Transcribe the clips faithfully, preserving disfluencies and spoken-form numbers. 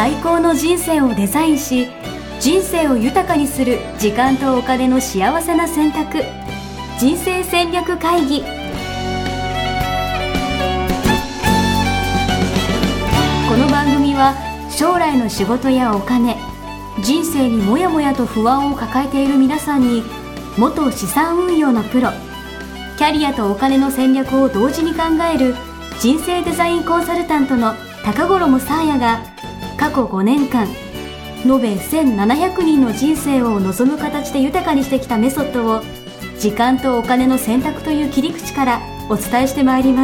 最高の人生をデザインし、人生を豊かにする時間とお金の幸せな選択、人生戦略会議。この番組は将来の仕事やお金、人生にもやもやと不安を抱えている皆さんに、元資産運用のプロ、キャリアとお金の戦略を同時に考える人生デザインコンサルタントの高頃もさあやが、過去ごねんかん延べせんななひゃくにんの人生を望む形で豊かにしてきたメソッドを、時間とお金の選択という切り口からお伝えしてまいります。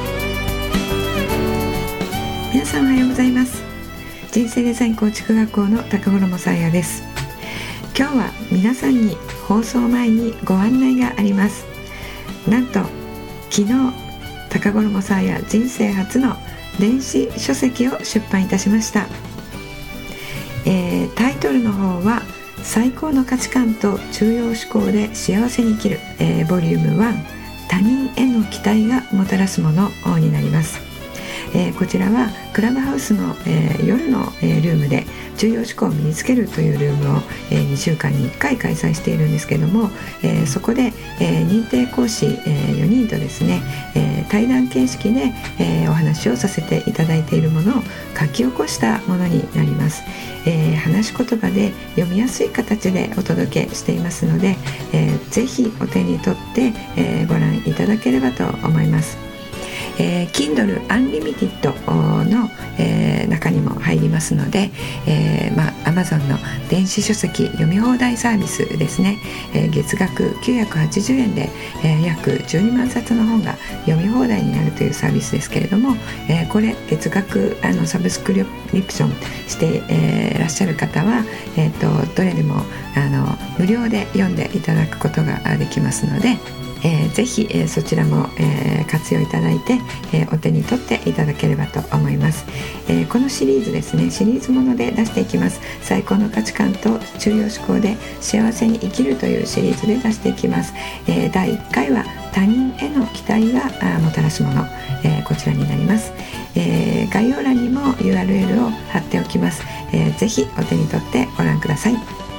皆さんおはようございます。人生デザイン構築学校の高頃もさあやです。今日は皆さんに放送前にご案内があります。なんと昨日高頃もさあや人生初の電子書籍を出版いたしました。えー、タイトルの方は最高の価値観と中庸思考で幸せに生きる、えー、ボリュームワン、他人への期待がもたらすものになります。えー、こちらはクラブハウスの、えー、夜の、えー、ルームで中庸思考を身につけるというルームを、えー、にしゅうかんにいっかい開催しているんですけども、えー、そこで、えー、認定講師、えー、よにんとですね、えー、対談形式で、えー、お話をさせていただいているものを書き起こしたものになります。えー、話し言葉で読みやすい形でお届けしていますので、えー、ぜひお手に取って、えー、ご覧いただければと思います。えー、Kindle Unlimited の、えー、中にも入りますので、えーまあ、Amazon の電子書籍読み放題サービスですね、えー、月額きゅうひゃくはちじゅうえんで、えー、約じゅうにまんさつの本が読み放題になるというサービスですけれども、えー、これ月額あのサブスクリプションして、えー、いらっしゃる方は、えー、とどれでもあの無料で読んでいただくことができますので、えー、ぜひ、えー、そちらも、えー、活用いただいて、えー、お手に取っていただければと思います。えー、このシリーズですね、シリーズもので出していきます。最高の価値観と中庸思考で幸せに生きるというシリーズで出していきます。えー、だいいっかいは他人への期待がもたらすもの、えー、こちらになります。えー、概要欄にも ユーアールエル を貼っておきます。えー、ぜひお手に取ってご覧ください。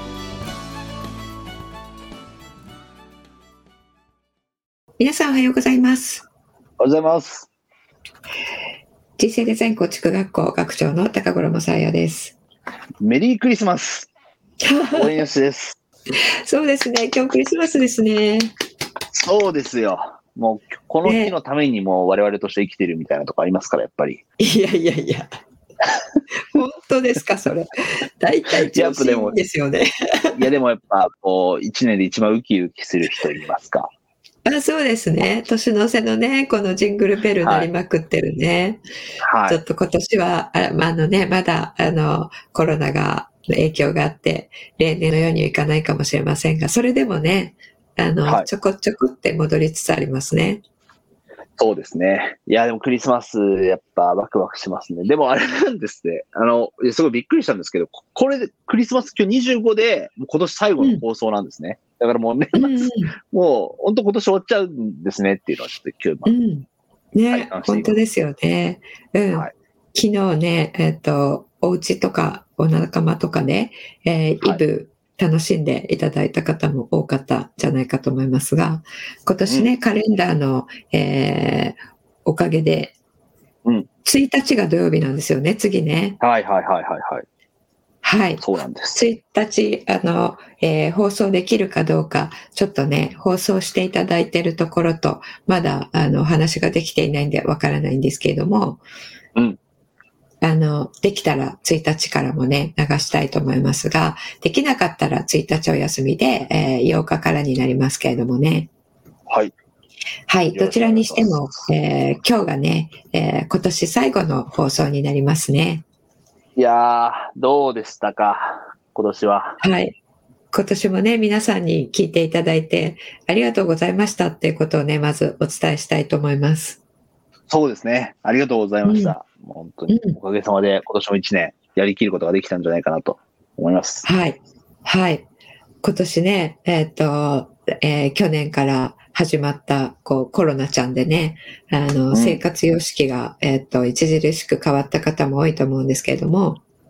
皆さんおはようございます。 おはようございます。 人生デザイン構築学校学長の高頃もさあやです。 メリークリスマス。応援よしです。 そうですね、今日クリスマスですね。 そうですよ。もうこの日のためにもう我々として生きてるみたいなとこありますから、やっぱり。 いやいやいや。本当ですか、それ。大体調子いいんですよね。 いやでもやっぱこう一年で一番ウキウキする人いますか。 あ、そうですね。年の瀬のね、このジングルベル鳴りまくってるね。はい、ちょっと今年は、あ、まあ、あのね、まだ、あの、コロナが、影響があって、例年のようにはいかないかもしれませんが、それでもね、あの、はい、ちょこちょこって戻りつつありますね。 そうですね。いや、でもクリスマス、やっぱワクワクしますね。でもあれなんですね。あの、すごいびっくりしたんですけど、これでクリスマス今日にじゅうごで、もう今年最後の放送なんですね。うん、だからもう年末、うん、もう本当今年終わっちゃうんですねっていうのはちょっと今日、 うん、ね、本当ですよね。うん。はい、昨日ね、えっと、お家とかお仲間とかね、えー、イブ、楽しんでいただいた方も多かったんじゃないかと思いますが、今年ね、うん、カレンダーの、えー、おかげで、うん、ついたちが土曜日なんですよね、次ね。 はいはいはいはいはい。 はい。 そうなんです。 ついたち、あの、えー、放送できるかどうか、ちょっとね、放送していただいているところと、まだ、あの、話ができていないんでわからないんですけれども、うん。あの、できたらついたちからもね、流したいと思いますが、できなかったらついたちお休みで、えー、ようかからになりますけれどもね。 はい。 はい。どちらにしても、えー、今日がね、えー、今年最後の放送になりますね。 いやー、どうでしたか、今年は。 はい。今年もね、皆さんに聞いていただいて、ありがとうございましたっていうことをね、まずお伝えしたいと思います。 そうですね。ありがとうございました。うん、もう本当におかげさまで今年も一年やりきることができたんじゃないかなと思います。 はい。はい。今年ね、えっと、えー、去年から始まったこうコロナちゃんでね、あの、うん、生活様式が、えっと、著しく変わった方も多いと思うんですけれども、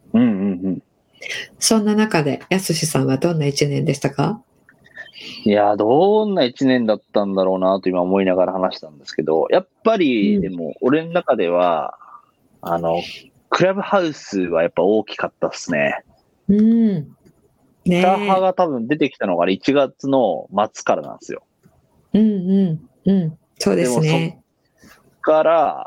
うんうんうん。 そんな中で、やすしさんはどんないちねんでしたか？ いや、どんな一年だったんだろうなと今思いながら話したんですけど、やっぱり、 うんでも、俺の中では、あの、クラブハウスはやっぱ大きかったっすね。 うんスタハねが多分出てきたのがいちがつの末からなんですよ。 え。うんうんうん。そうでですもそね。 っから、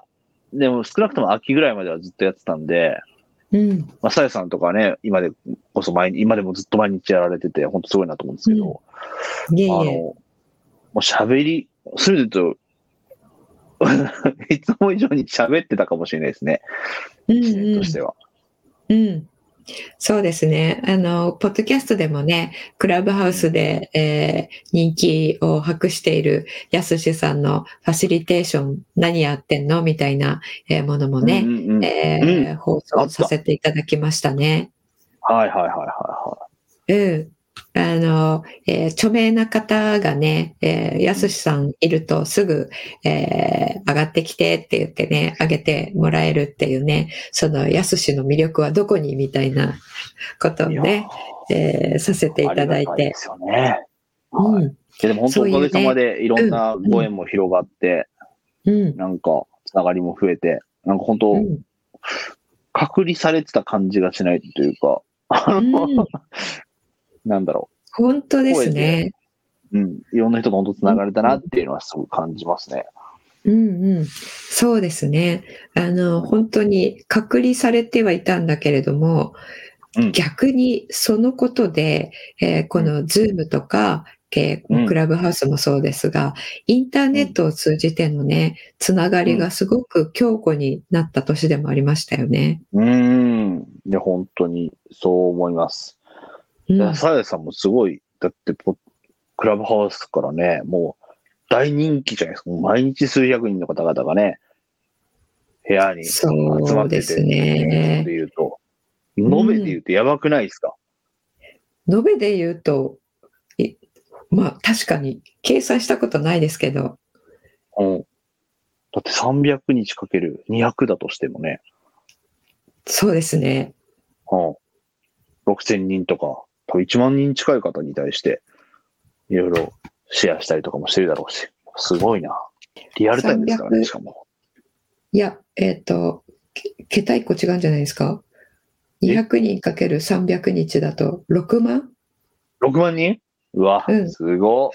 でも少なくとも秋ぐらいまではずっとやってたんで、 うんまあ、さやさんとかね、今でこそ毎日、今でもずっと毎日やられてて、本当すごいなと思うんですけど、 いえいえ。 あの、もう喋り、それで言うと、いつも以上に喋ってたかもしれないですね。 うん一年としては。 うんうんそうですね。あの、ポッドキャストでもね、クラブハウスで、えー人気を博しているやすしさんのファシリテーション何やってんのみたいな、えーものもね、 うんうんうん。 えー放送あったさせていただきましたね。 はいはいはいはいはうん。あの、えー著名な方がね、えーやすしさんいるとすぐ、えー上がってきてって言ってね、上げてもらえるっていうね、そのやすしの魅力はどこにみたいなことをい。いやね、えーさせていただいてありがたいで。すよね。はい。 うん。 いやでも本当おかげそういうねさまでいろんなご縁も広がって、 うん。 なんかつながりも増えて、なんか本当、 うん。 隔離されてた感じがしないというか、あうの、 ん。 なんだろ本当です声でね。 う、うん、いろんな人と本当つながれたなっていうのはすごく感じますね。 うんうん。そうですね。あの、本当に隔離されてはいたんだけれども、 うん。 逆にそのことで、えーこのズームとか、えーうんクラブハウスもそうですが、インターネットを通じてのね、つながりがすごく強固になった年でもありましたよね。 うーん。で、本当にそう思います。 うんいやさやさんもすごい、だってポ、クラブハウスからね、もう大人気じゃないですか。もう毎日数百人の方々がね、部屋に集まってて、 そうです人ね数で。言うと、延べで言うとやばくないですか？ 延べで言うと、いまあ確かに計算したことないですけど、 うん。だってさんびゃくにちかけるにひゃくだとしてもね、 そうですね。 うん。ろくせんにんとか、多分いちまんにん近い方に対して、いろいろシェアしたりとかもしてるだろうし、すごいな。リアルタイムですからね、しかも。 いや、えっと、け桁いっこ違うんじゃないですか？にひゃくにんかけるさんびゃくにちだとろくまん？ ろくまんにん？うわ、 うんすご。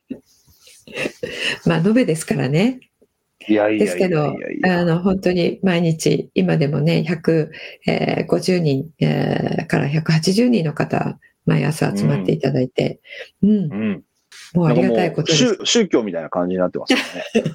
まあ、延べですからね。 いやいやいやいですけど、 やいや。 あの、本当に毎日、今でもね、ひゃくごじゅうにん、えーからひゃくはちじゅうにんの方、毎朝集まっていただいて、うん、 うん。 もうありがたいなんかもうことです。 宗宗教みたいな感じになってますよね。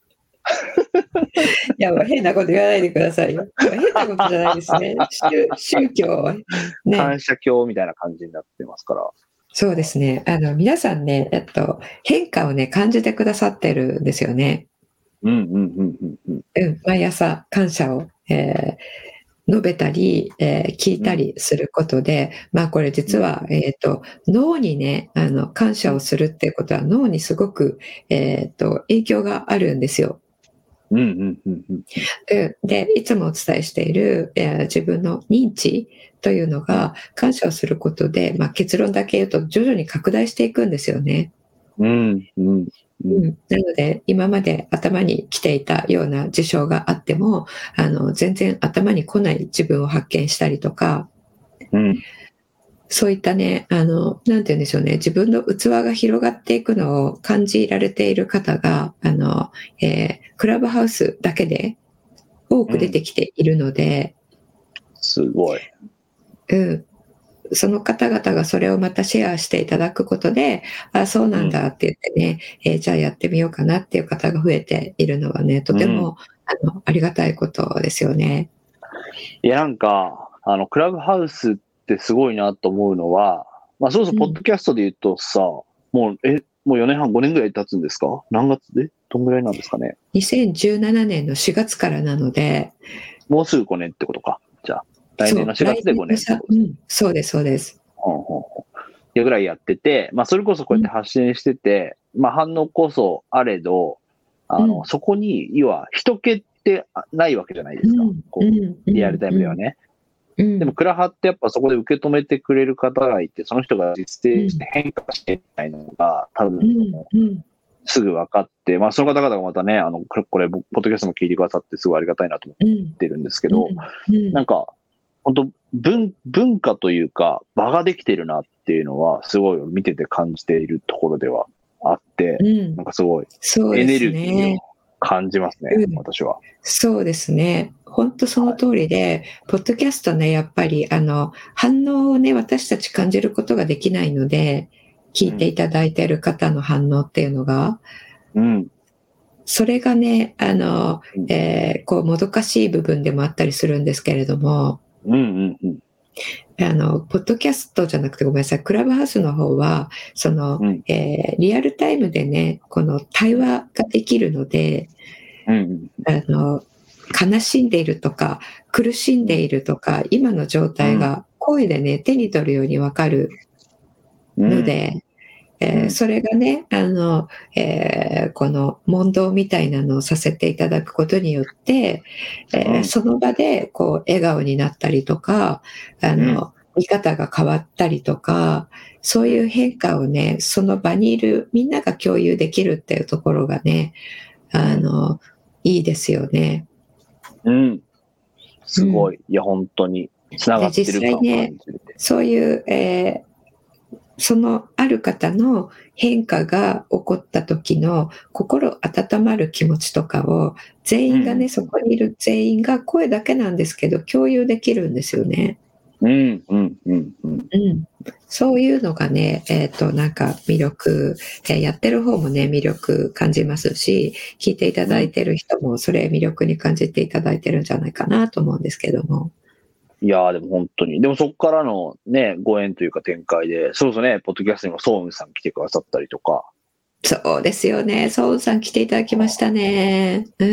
いや、変なこと言わないでくださいよ。変なことじゃないですね。宗宗教はね、 感謝教みたいな感じになってますから。 そうですね。あの、皆さんね、えっと、変化をね、感じてくださってるんですよね。 うんうんうんうんうん。 うん、毎朝感謝を、えー述べたり、えー聞いたりすることで、まあこれ実は、えっと、脳にね、あの、感謝をするっていうことは脳にすごく、えっと、影響があるんですよ。 うんうんうんうん。 で、でいつもお伝えしている、えー自分の認知というのが感謝をすることで、まあ結論だけ言うと徐々に拡大していくんですよね。 うんうんうん、なので、今まで頭に来ていたような事象があっても、あの、全然頭に来ない自分を発見したりとか、 うんそういったね、あの、なんて言うんでしょうね、自分の器が広がっていくのを感じられている方が、あの、えークラブハウスだけで多く出てきているので、 すごい。 うん、その方々がそれをまたシェアしていただくことで、あ、そうなんだって言ってね、えーじゃあやってみようかなっていう方が増えているのはね、とても、あの、ありがたいことですよね。 いや、なんか、あの、クラブハウスってすごいなと思うのは、まあ、そうそう、ポッドキャストで言うとさ、もう、え、もうよねんはん、ごねんぐらい経つんですか？何月でどんぐらいなんですかね？ にせんじゅうななねんのしがつからなので、 もうすぐごねんってことか。じゃあ、来年のしがつでごねんってことそう、来年のさうん、そうです、そうです。 ほんほんほんいやぐらいやってて、まあ、それこそこうやって発信してて、まあ、反応こそあれど、あの、 うんそこに、要は、人気ってないわけじゃないですか。 うんこううんリアルタイムではね。 うん、 でもクラハってやっぱそこで受け止めてくれる方がいて、その人が実践して変化してみたいなのが多分、 うんうん、 すぐ分かって、まあその方々がまたね、あの、これ、ポッドキャストも聞いてくださってすごいありがたいなと思ってるんですけど、 うんうん、 なんか、本当文、文化というか場ができてるなっていうのはすごい見てて感じているところではあって、うん、なんかすごいエネルギーを感じますね、うん、私は。 そうですね。本当その通りで、はい、ポッドキャストね、やっぱりあの反応をね、私たち感じることができないので、聞いていただいている方の反応っていうのが、 うん、 それがね、あの、えー、こうもどかしい部分でもあったりするんですけれども、 うんうんうん、 あの、ポッドキャストじゃなくてごめんなさい、クラブハウスの方は、その、うん、えー、リアルタイムでね、この対話ができるので、 うん、 あの、悲しんでいるとか、苦しんでいるとか、今の状態が声でね、手に取るようにわかるので、うん、えー、それがね、あの、えー、この問答みたいなのをさせていただくことによって、えーうん、その場でこう笑顔になったりとか、あの、うん、見方が変わったりとか、そういう変化をね、その場にいるみんなが共有できるっていうところがね、あの、うん、いいですよね。 うん。すごい。うん、いや、本当に、つながってる感を感じる。 実際ね、そういう、えーそのある方の変化が起こった時の心温まる気持ちとかを全員がね、うん、そこにいる全員が声だけなんですけど共有できるんですよね。 うんうんうんうん。 うん、そういうのがね、えっとなんか魅力、えー、やってる方もね魅力感じますし、聞いていただいてる人もそれ魅力に感じていただいてるんじゃないかなと思うんですけども。 いやーでも本当に。でもそこからのね、ご縁というか展開で、そうそうね、ポッドキャストにもソウンさん来てくださったりとか。 そうですよね。ソウンさん来ていただきましたね。うん。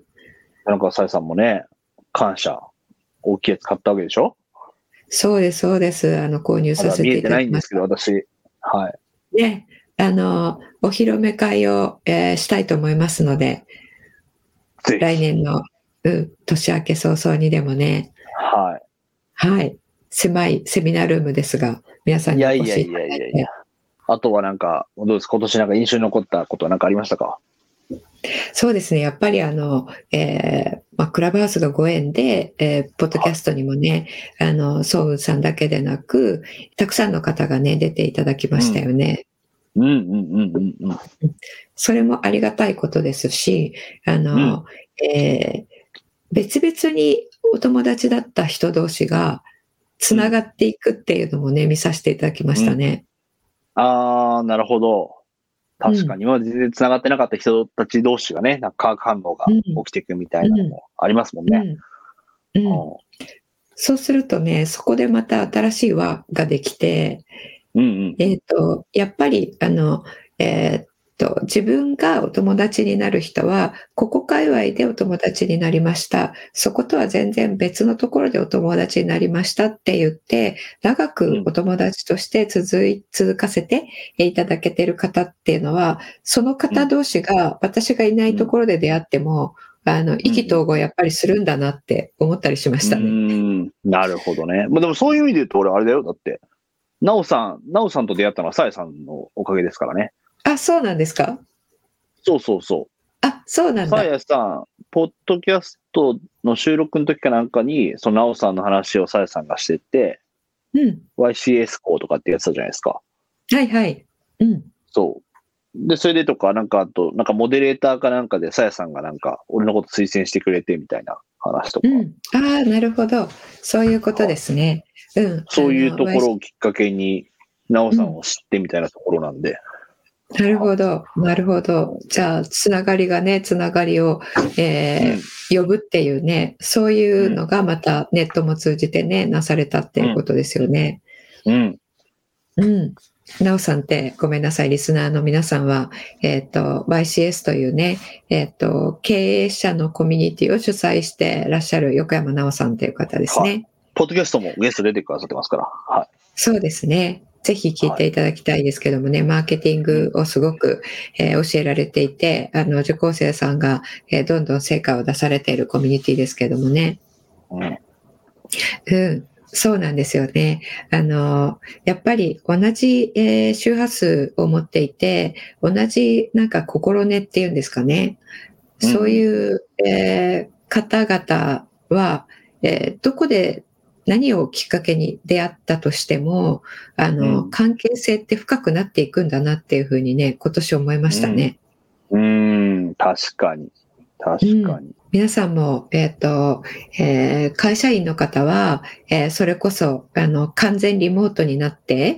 なんかさえさんもね、感謝、大きいやつ買ったわけでしょ？ そうです、そうです。あの、購入させていただきました。 まだ見えてないんですけど、私。はい。 ね、あの、お披露目会を、えー、したいと思いますので、来年の、うん、年明け早々にでもね。 はい。 はい。狭いセミナールームですが、皆さんにお越しいただいて。いやいやいやいや。 あとはなんか、どうですか？今年なんか印象に残ったことは何かありましたか？ そうですね。やっぱりあの、えー、まあ、クラブハウスがご縁で、えー、ポッドキャストにもね、はい、あの、ソウンさんだけでなく、たくさんの方がね、出ていただきましたよね。 うん、うん、うんうんうんうん。 それもありがたいことですし、あの、うん、えー、別々にお友達だった人同士がつながっていくっていうのもね、見させていただきましたね。 うん、ああ、なるほど。確かに、今まで全然繋がってなかった人たち同士がね、なんか化学反応が起きていくみたいなのもありますもんね。 うんうんうん、そうするとね、そこでまた新しい輪ができて、 うんうん、 えっと、やっぱり、あの、えー、っと、自分がお友達になる人は、ここ界隈でお友達になりました。そことは全然別のところでお友達になりましたって言って、長くお友達として続い、続かせていただけている方っていうのは、その方同士が私がいないところで出会っても、あの、意気投合やっぱりするんだなって思ったりしましたね。 うん、なるほどね。まあでもそういう意味で言うと俺あれだよ。だって、なおさん、なおさんと出会ったのはさえさんのおかげですからね。 あ、そうなんですか？ そうそうそう。 あ、そうなんだ。 さえさん、ポッドキャストの収録の時かなんかに、そのなおさんの話をさえさんがしてて、 うん。 ワイシーエス 校とかってやつたじゃないですか。 はいはい。うん。 そう。で、それでとか、なんかあと、なんかモデレーターかなんかでさやさんがなんか、俺のこと推薦してくれてみたいな話とか。 うん。ああ、なるほど。そういうことですね。うん。 そういうところをきっかけに、なおさんを知ってみたいなところなんで。 うん、なるほど。なるほど。じゃあ、つながりがね、つながりを、えーうん、呼ぶっていうね、そういうのがまたネットも通じてね、なされたっていうことですよね。 うん。 うん。うんなおさんってごめんなさい、リスナーの皆さんは、えっと、ワイシーエス というね、えっと、経営者のコミュニティを主催してらっしゃる横山なおさんという方ですね。はい、 ポッドキャストもゲスト出てくださってますから。はい。 そうですね。ぜひ聞いていただきたいですけどもね、はい、マーケティングをすごく、えー、教えられていて、あの、受講生さんが、えー、どんどん成果を出されているコミュニティですけどもね。 うん。 うん、そうなんですよね。あの、やっぱり同じ、えー周波数を持っていて、同じなんか心根っていうんですかね。そういう、えー方々は、えーどこで何をきっかけに出会ったとしても、あの、 うん関係性って深くなっていくんだなっていうふうにね、今年思いましたね。 うーん、確かに。確かに。 皆さんも、えっと、えー会社員の方は、えーそれこそ、あの、完全リモートになって、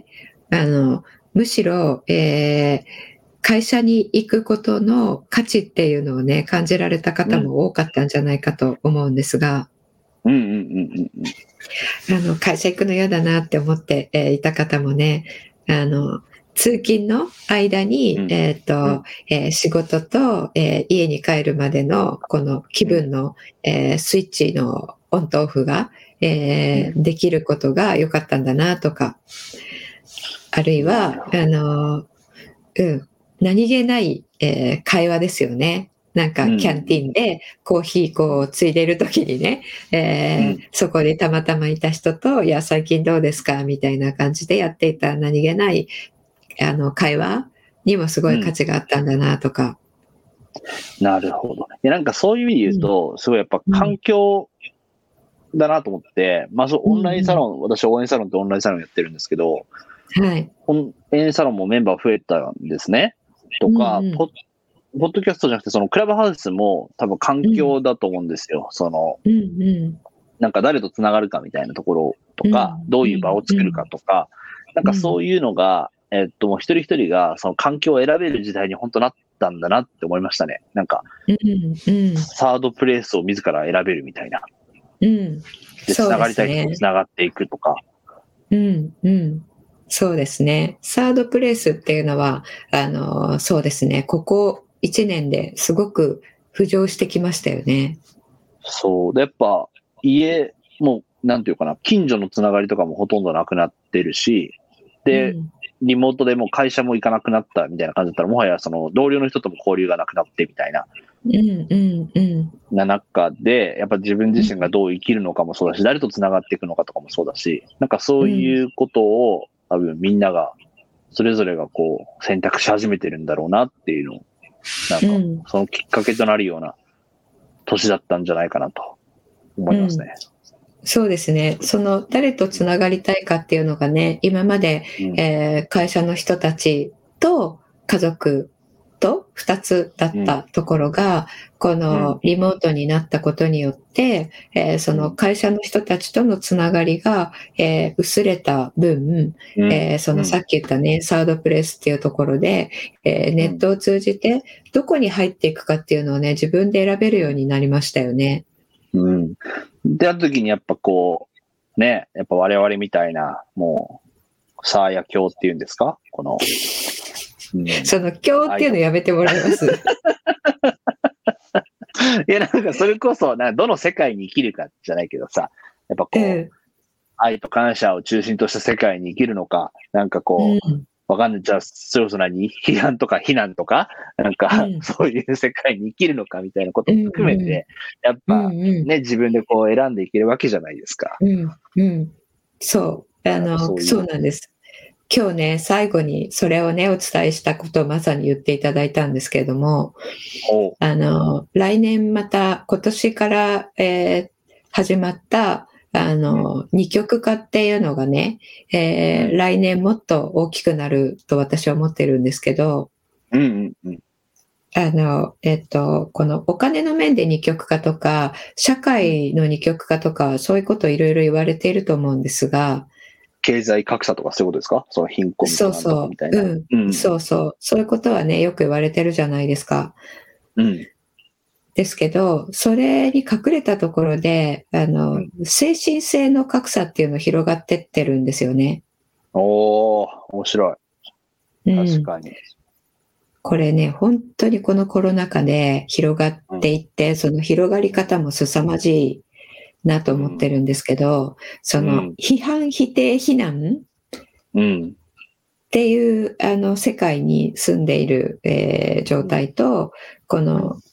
あの、むしろ、えー会社に行くことの価値っていうのをね、感じられた方も多かったんじゃないかと思うんですが、 うんうんうんうんうん。 あの、会社行くの嫌だなって思って、えーいた方もね、あの、通勤の間に、 うんえっと、 うんえー仕事と、えー家に帰るまでの、この気分の、えースイッチのオンとオフが、えーできることが良かったんだなとか、あるいは、あの、うん、何気ない、えー会話ですよね。なんか、キャンティーンでコーヒーこう、ついでる時にね、えーうんそこでたまたまいた人と、いや、最近どうですかみたいな感じでやっていた何気ない、あの、会話にもすごい価値があったんだなとか。 なるほど。いや、なんかそういう意味で言うと、すごいやっぱ環境だなと思って、まあそう、オンラインサロン、私応援サロンってオンラインサロンやってるんですけど、 はい。 オンラインサロンもメンバー増えたんですね。とか、 うんうんポッポッドキャストじゃなくて、そのクラブハウスも多分環境だと思うんですよ。その、 うんうんなんか誰とつながるかみたいなところとか、 うんどういう場を作るかとか、なんかそういうのが、えっと、もう一人一人がその環境を選べる時代に本当なったんだなって思いましたね。なんか、 うんうんサードプレイスを自ら選べるみたいな。 うんで、つながりたい人とつながっていくとか。 うんうんそうですね。サードプレイスっていうのは、あの、そうですね。ここいちねんですごく浮上してきましたよね。 そう。で、やっぱ、家、もう、なんていうかな、近所のつながりとかもほとんどなくなってるし、で、 うんリモートでもう会社も行かなくなったみたいな感じだったら、もはやその同僚の人とも交流がなくなってみたいな、 うんうんうんな中で、やっぱ自分自身がどう生きるのかもそうだし、誰とつながっていくのかとかもそうだし、なんかそういうことを、多分みんなが、それぞれがこう、選択し始めてるんだろうなっていうのを、なんか、そのきっかけとなるような年だったんじゃないかなと思いますね。 そうですね。その誰とつながりたいかっていうのがね、今まで、 うんえー会社の人たちと家族と二つだったところが、このリモートになったことによって、えーその会社の人たちとのつながりが、えー薄れた分、 うんえーそのさっき言ったね、サードプレイスっていうところで、えーネットを通じてどこに入っていくかっていうのをね、自分で選べるようになりましたよね。 うん。で、ある時にやっぱこう、ね、やっぱ我々みたいな、もう、サーヤ教っていうんですかこの、うん、いその今日っていうのやめてもらえますや、なんかそれこそ、なんかどの世界に生きるかじゃないけどさ、やっぱこう、 え愛と感謝を中心とした世界に生きるのか、なんかこう、 うんわかんない。じゃあ、それこそ何批判とか非難とか、なんか、 うんそういう世界に生きるのかみたいなことも含めて、 うんうんやっぱうんうんね、自分でこう選んでいけるわけじゃないですか。 うんうんそうあのそういうそうなんです。今日ね最後にそれをねお伝えしたことをまさに言っていただいたんですけれども、 おうあの来年また今年から、えー始まったあの二極化っていうのがね、えーうん来年もっと大きくなると私は思ってるんですけど、 うんうんうん。 あの、えっと、このお金の面で二極化とか、社会の二極化とか、そういうことをいろいろ言われていると思うんですが、 経済格差とかそういうことですか？その貧困とかなんとかみたいな。 そうそう、うん、そうそう、そういうことはね、よく言われてるじゃないですか。 うん。 ですけど、それに隠れたところで、あの、精神性の格差っていうのが広がってってるんですよね。 おー、面白い。 うん確かに。 これね、本当にこのコロナ禍で広がっていって、その広がり方も凄まじいなと思ってるんですけど、その批判、否定、非難うん。 っていうあの世界に住んでいる、えー状態と、この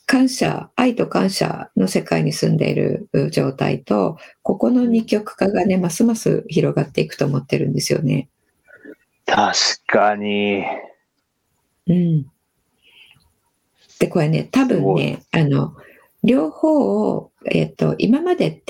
感謝、愛と感謝の世界に住んでいる状態と、ここの二極化がね、ますます広がっていくと思ってるんですよね。 確かに。 うん。で、これね、多分ね、あの、両方を、えっと、今までって、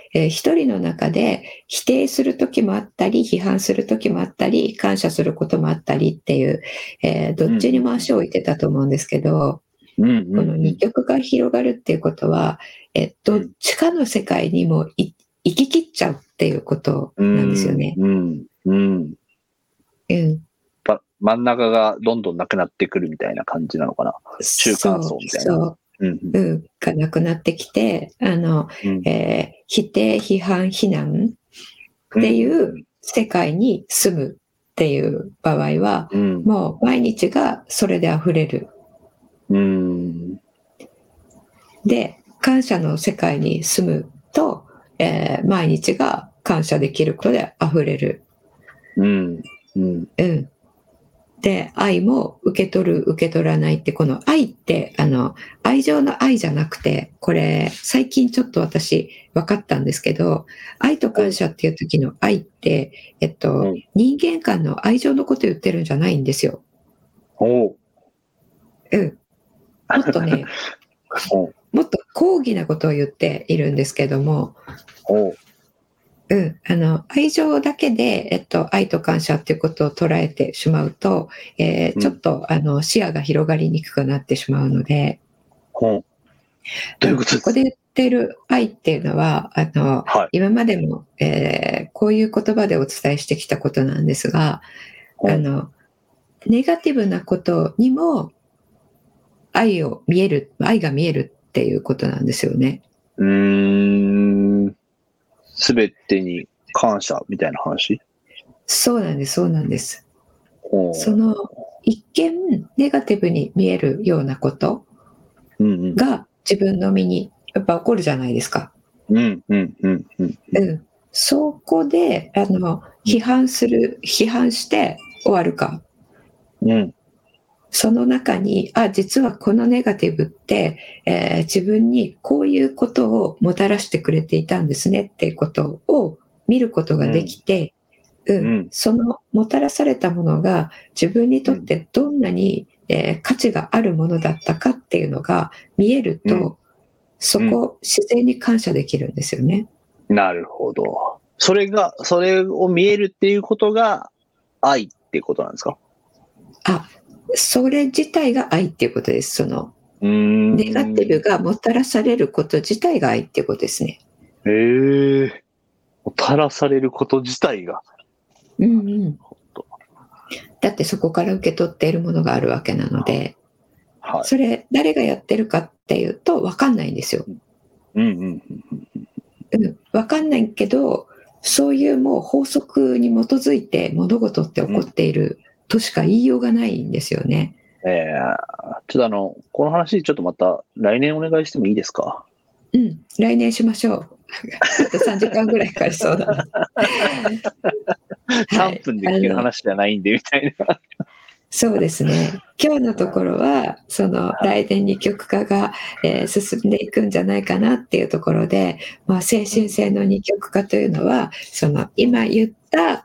えー、一人の中で否定する時もあったり、批判する時もあったり、感謝することもあったりっていう、えー、どっちにも足を置いてたと思うんですけど、 うんうんうん、 この二極が広がるっていうことは、えどっちかの世界にもい行き切っちゃうっていうことなんですよね。 うんうんうんうん、真ん中がどんどんなくなってくるみたいな感じなのかな。中間層みたいな。 そううんうん、がなくなってきて、あの、うんえー、否定、批判、非難っていう世界に住むっていう場合は、うん、もう毎日がそれで溢れる。 うん、 で、感謝の世界に住むと、えー、毎日が感謝できることで溢れる。 うんうんうん、で、愛も受け取る、受け取らないって、この愛って、あの、愛情の愛じゃなくて、これ、最近ちょっと私分かったんですけど、愛と感謝っていう時の愛って、えっと、うん、人間間の愛情のこと言ってるんじゃないんですよ。 おう。 うん。もっとね、もっと高義なことを言っているんですけども、 おう。 うん、あの愛情だけで、えっと、愛と感謝っていうことを捉えてしまうと、えーうん、ちょっとあの視野が広がりにくくなってしまうので、 うん、どういうことですか？ ここで言ってる愛っていうのはあの、はい、今までも、えー、こういう言葉でお伝えしてきたことなんですが、うん、あのネガティブなことにも愛を見える愛が見えるっていうことなんですよね。 うーんすべてに感謝みたいな話？ そうなんです、そうなんです。その一見ネガティブに見えるようなことが自分の身にやっぱ起こるじゃないですか。 うんうんうんうん。 うん。そこであの批判する批判して終わるか。 うん。 その中に、あ、実はこのネガティブって、えー、自分にこういうことをもたらしてくれていたんですねっていうことを見ることができて、うんうんうん、そのもたらされたものが自分にとってどんなに、えー、価値があるものだったかっていうのが見えると、うん、そこ自然に感謝できるんですよね。 なるほど。それが、それを見えるっていうことが愛っていうことなんですか？ あ、それ自体が愛っていうことです。そのネガティブがもたらされること自体が愛っていうことですね。 へえ、もたらされること自体が。 うんうん。だってそこから受け取っているものがあるわけなので、はい、それ誰がやってるかっていうと分かんないんですよ。 うんうんうん、分かんないけど、そういうもう法則に基づいて物事って起こっている。うんとしか言いようがないんですよね。 えー、ちょっとあの、この話ちょっとまた来年お願いしてもいいですか？ うん、来年しましょう。あとさんじかんぐらいかかりそうだな。 さんぷんで聞ける話じゃないんで、みたいな。 そうですね。今日のところは、その来年二極化が、えー、進んでいくんじゃないかなっていうところで、まあ、精神性の二極化というのは、その今言った、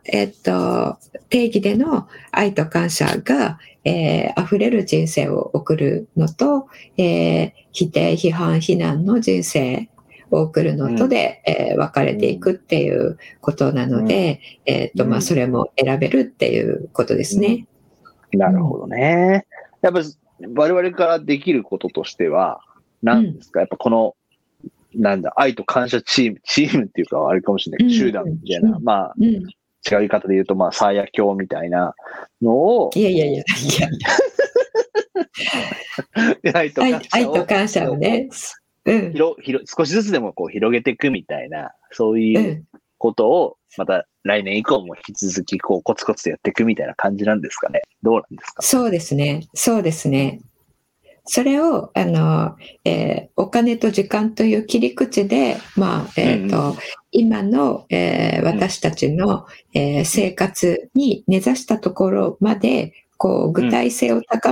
えっと、定義での愛と感謝が、えー、溢れる人生を送るのと、えー、否定、批判、非難の人生を送るのとで、うんえー、分かれていくっていうことなので、うんえーとまあ、それも選べるっていうことですね。 うんなるほどね。やっぱり我々からできることとしては、何ですか、うん、やっぱこの、なんだ、愛と感謝チーム、チームっていうかあれかもしれない、うん、集団みたいな、うん、まあ、うん、違う言い方で言うと、まあ、サーヤ教みたいなのを、 いやいやいやいや愛と感謝を、愛と感謝をね、 うん、広広少しずつでもこう広げていくみたいな、そういうことを、また来年以降も引き続きこうコツコツとやっていくみたいな感じなんですかね。どうなんですか？ そうですね。そうですね。それをあの、えー、お金と時間という切り口で、まあえーとうんうん、今の、えー、私たちの、えー、生活に根ざしたところまでこう具体性を高め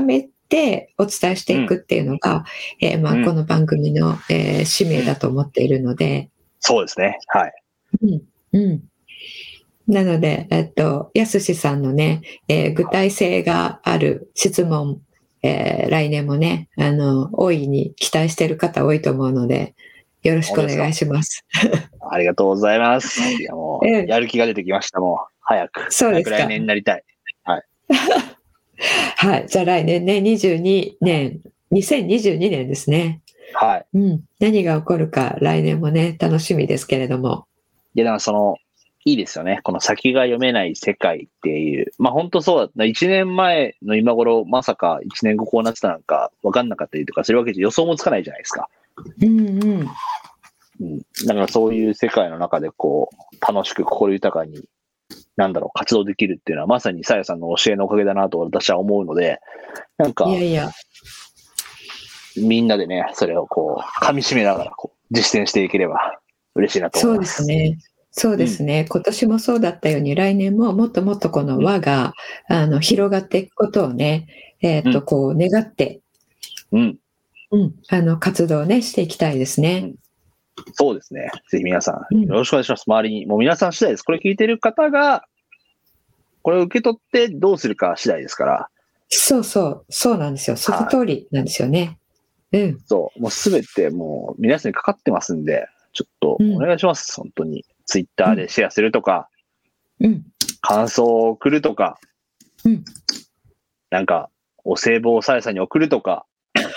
ってお伝えしていくっていうのが、うん、えーまあ、この番組の、えー、使命だと思っているので。 そうですね。はい。 うんうんなので、えっと、やすしさんのね、えー、具体性がある質問、えー、来年もね、あの、大いに期待している方多いと思うので、よろしくお願いします。 ありがとうございます。いや、もう、やる気が出てきました、もう、早く。 そうですか。 来年になりたい。はい。 はい。じゃあ来年ね、にじゅうにねん、にせんにじゅうにねんですね。 はい。 うん。何が起こるか、来年もね、楽しみですけれども。 いや、だからその、いいですよね。この先が読めない世界っていう。まあ本当そうだった。いちねんまえの今頃、まさかいちねんごこうなってたなんか分かんなかったりとかするわけで予想もつかないじゃないですか。 うんうん。 うん。だからそういう世界の中でこう、楽しく心豊かに、なんだろう、活動できるっていうのはまさにさやさんの教えのおかげだなと私は思うので、なんか、 いやいや。 みんなでね、それをこう、噛み締めながらこう実践していければ嬉しいなと思います。 そうですね。そうですね、うん、今年もそうだったように来年ももっともっとこの輪が、うん、あの広がっていくことをね、えー、っとこう願って、 うんうん、あの活動をねしていきたいですね、 うん、そうですね。ぜひ皆さんよろしくお願いします。うん、周りにもう皆さん次第です。これ聞いてる方がこれを受け取ってどうするか次第ですから。 そうそうそうなんですよ。その通りなんですよね。はい、うん。 そうもうすべてもう皆さんにかかってますんで、ちょっとお願いします。うん、本当に。ツイッターでシェアするとか、 うん、 感想を送るとか、 うん、 なんか、お歳暮をさやさんに送るとか。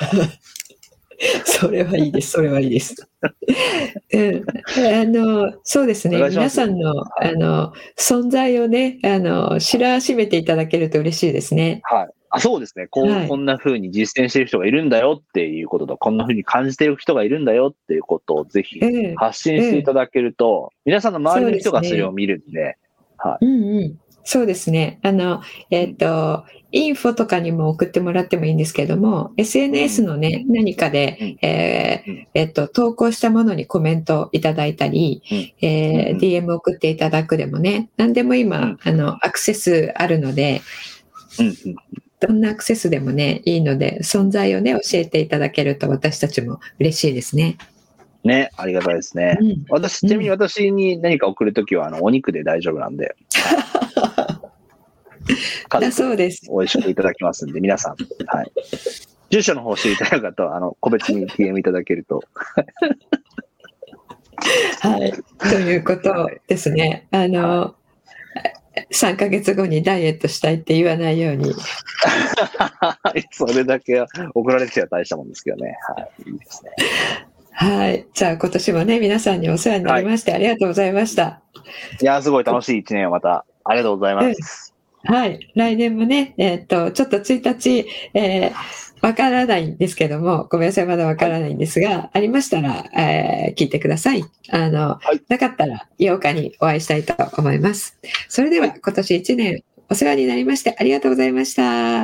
それはいいです、それはいいです。うん、あのそうですね、皆さんの、はい、あの存在をねあの、知らしめていただけると嬉しいですね。 はい。あ、そうですね。こう、はい、こんな風に実践している人がいるんだよっていうことと、こんな風に感じている人がいるんだよっていうことをぜひ発信していただけると、えーえー、皆さんの周りの人がそれを見るんで、 で、 はい。 うんうん。そうですね。あの、えっと、インフォとかにも送ってもらってもいいんですけども、エスエヌエス のね、うん、何かで、うんえーうん、えっと、投稿したものにコメントいただいたり、うんえーうん、ディーエム 送っていただくでもね、何でも今、うん、あの、アクセスあるので、うんうんどんなアクセスでもね、いいので、存在をね、教えていただけると私たちも嬉しいですね。 ね、ありがたいですね。うん、私、ちなみに私に何か送るときは、あの、お肉で大丈夫なんで。 だそうです。 美味しくいただきますんで、皆さん、はい。住所の方知りたい方は、あの、個別に ディーエム いただけると。 はい。ということですね。はい、あの、はいさんかげつごにダイエットしたいって言わないように。 それだけは送られてきたら大したもんですけどね。はい。いいですね。 はい。じゃあ今年もね、皆さんにお世話になりまして、はい、ありがとうございました。 いや、すごい楽しい一年をまた、ありがとうございます。 うん、はい。来年もね、えー、っと、ちょっとついたち、えーわからないんですけども、ごめんなさい、まだわからないんですが、はい、ありましたら、えー、聞いてください。あの、はい、なかったらようかにお会いしたいと思います。それでは、はい、今年いちねんお世話になりましてありがとうございました。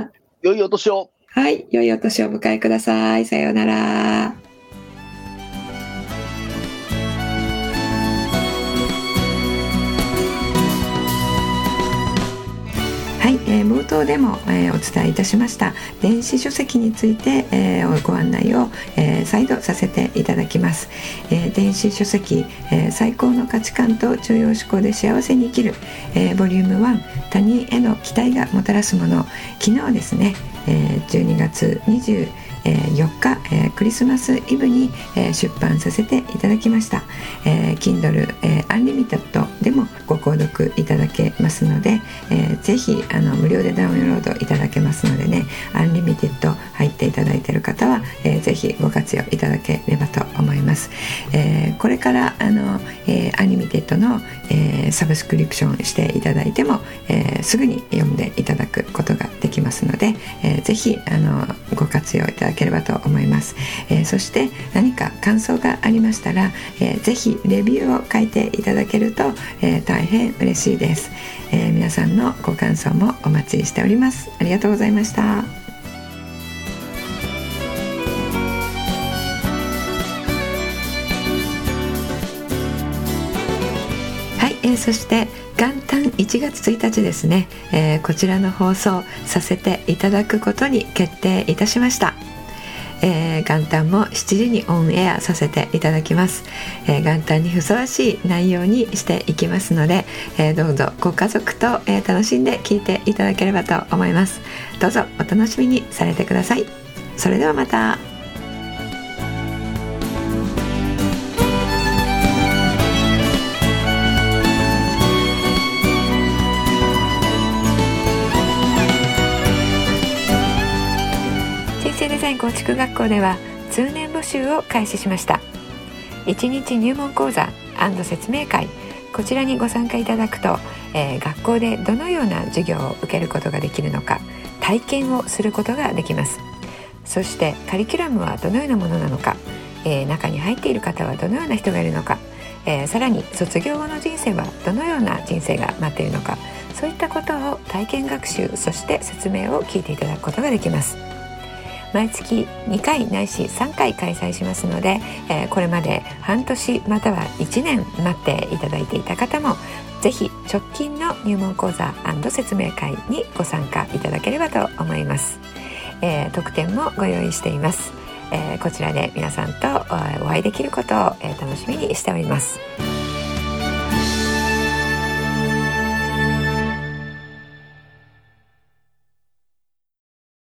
良いお年を。 はい、良いお年をお迎えください。さようなら。はい、えー、冒頭でも、えー、お伝えいたしました電子書籍について、えー、ご案内を、えー、再度させていただきます、えー、電子書籍、えー、最高の価値観と重要思考で幸せに生きる、えー、ボリュームワン他人への期待がもたらすもの昨日ですね、えー、じゅうにがつにじゅうよっか、えー、クリスマスイブに、えー、出版させていただきました、えー、Kindle、えー、Unlimited でもご購読いただけますので、えー、ぜひあの無料でダウンロードいただけますのでね Unlimited 入っていただいている方は、えー、ぜひご活用いただければと思います、えー、これからあの、えー、Unlimited の、えー、サブスクリプションしていただいても、えー、すぐに読んでいただくことができますので、えー、ぜひあのご活用いただければと思います、えー、そして何か感想がありましたら、えー、ぜひレビューを書いていただけると、えー、大変嬉しいです、えー、皆さんのご感想もお待ちしております。ありがとうございました。はい、えー、そして元旦いちがつついたちですね、えー、こちらの放送させていただくことに決定いたしました。えー、元旦もしちじにオンエアさせていただきます。えー、元旦にふさわしい内容にしていきますので、えー、どうぞご家族と、えー、楽しんで聞いていただければと思います。どうぞお楽しみにされてください。それではまた。人生デザイン構築学校では通年募集を開始しました。いちにち入門講座&説明会、こちらにご参加いただくと、えー、学校でどのような授業を受けることができるのか、体験をすることができます。そしてカリキュラムはどのようなものなのか、えー、中に入っている方はどのような人がいるのか、えー、さらに卒業後の人生はどのような人生が待っているのか、そういったことを体験学習、そして説明を聞いていただくことができます。毎月にかいないしさんかい開催しますので、えー、これまで半年またはいちねん待っていただいていた方もぜひ直近の入門講座&説明会にご参加いただければと思います。えー、特典もご用意しています。えー、こちらで皆さんとお会いできることを、えー、楽しみにしております。